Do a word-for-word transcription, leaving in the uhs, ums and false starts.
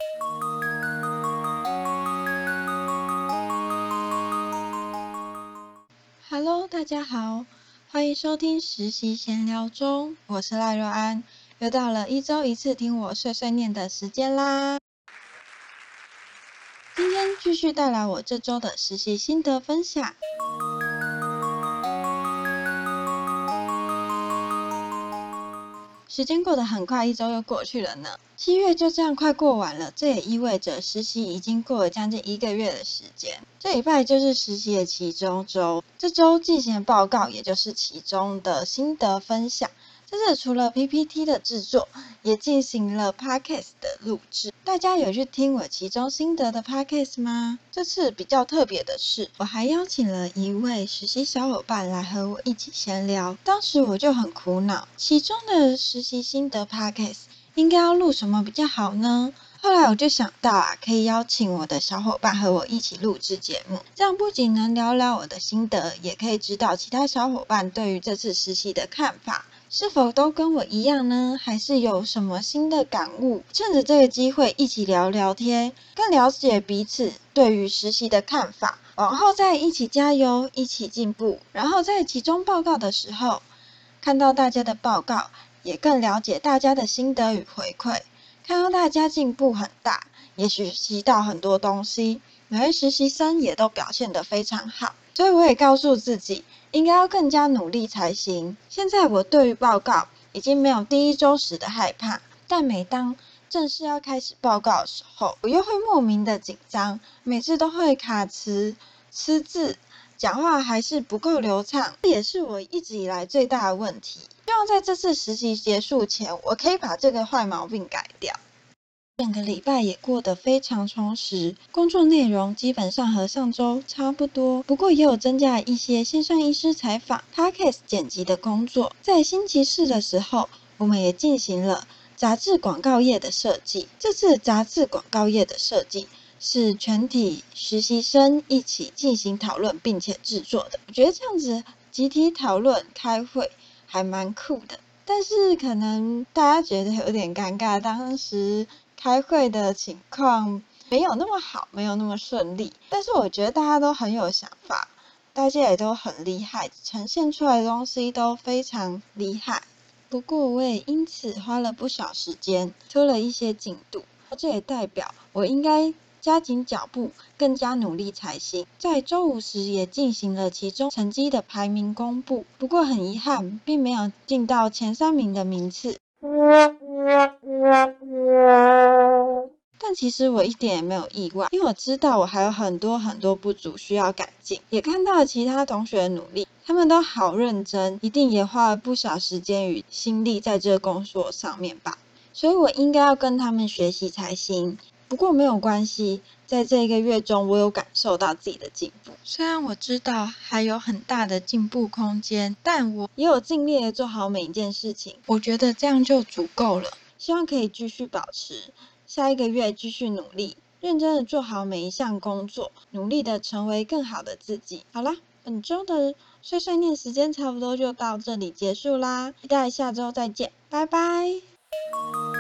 Hello， 大家好，欢迎收听实习闲聊中，我是赖若安，又到了一周一次听我碎碎念的时间啦。今天继续带来我这周的实习心得分享。时间过得很快，一周又过去了呢。七月就这样快过完了，这也意味着实习已经过了将近一个月的时间。这礼拜就是实习的其中周，这周进行的报告也就是其中的心得分享。这次除了 P P T 的制作，也进行了 Podcast 的录制。大家有去听我其中心得的 Podcast 吗？这次比较特别的是，我还邀请了一位实习小伙伴来和我一起闲聊。当时我就很苦恼，其中的实习心得 Podcast 应该要录什么比较好呢？后来我就想到啊，可以邀请我的小伙伴和我一起录制节目，这样不仅能聊聊我的心得，也可以知道其他小伙伴对于这次实习的看法。是否都跟我一样呢？还是有什么新的感悟？趁着这个机会一起聊聊天，更了解彼此对于实习的看法，往后再一起加油，一起进步。然后在期中报告的时候，看到大家的报告，也更了解大家的心得与回馈，看到大家进步很大，也学习到很多东西，每位实习生也都表现得非常好。所以我也告诉自己，应该要更加努力才行。现在我对于报告已经没有第一周时的害怕，但每当正式要开始报告的时候，我又会莫名的紧张，每次都会卡词、吃字，讲话还是不够流畅，这也是我一直以来最大的问题。希望在这次实习结束前，我可以把这个坏毛病改掉。整个礼拜也过得非常充实，工作内容基本上和上周差不多，不过也有增加一些线上医师采访、Podcast 剪辑的工作。在星期四的时候，我们也进行了杂志广告页的设计。这次杂志广告页的设计是全体实习生一起进行讨论并且制作的。我觉得这样子集体讨论、开会还蛮酷的，但是可能大家觉得有点尴尬，当时开会的情况没有那么好，没有那么顺利，但是我觉得大家都很有想法，大家也都很厉害，呈现出来的东西都非常厉害。不过我也因此花了不少时间，拖了一些进度，这也代表我应该加紧脚步，更加努力才行。在周五时也进行了其中成绩的排名公布，不过很遗憾，并没有进到前三名的名次。但其实我一点也没有意外，因为我知道我还有很多很多不足需要改进，也看到了其他同学的努力，他们都好认真，一定也花了不少时间与心力在这个工作上面吧，所以我应该要跟他们学习才行。不过没有关系，在这一个月中我有感受到自己的进步，虽然我知道还有很大的进步空间，但我也有尽力的做好每一件事情，我觉得这样就足够了。希望可以继续保持，下一个月继续努力，认真的做好每一项工作，努力的成为更好的自己。好啦，本周的碎碎念时间差不多就到这里结束啦，期待下周再见，拜拜。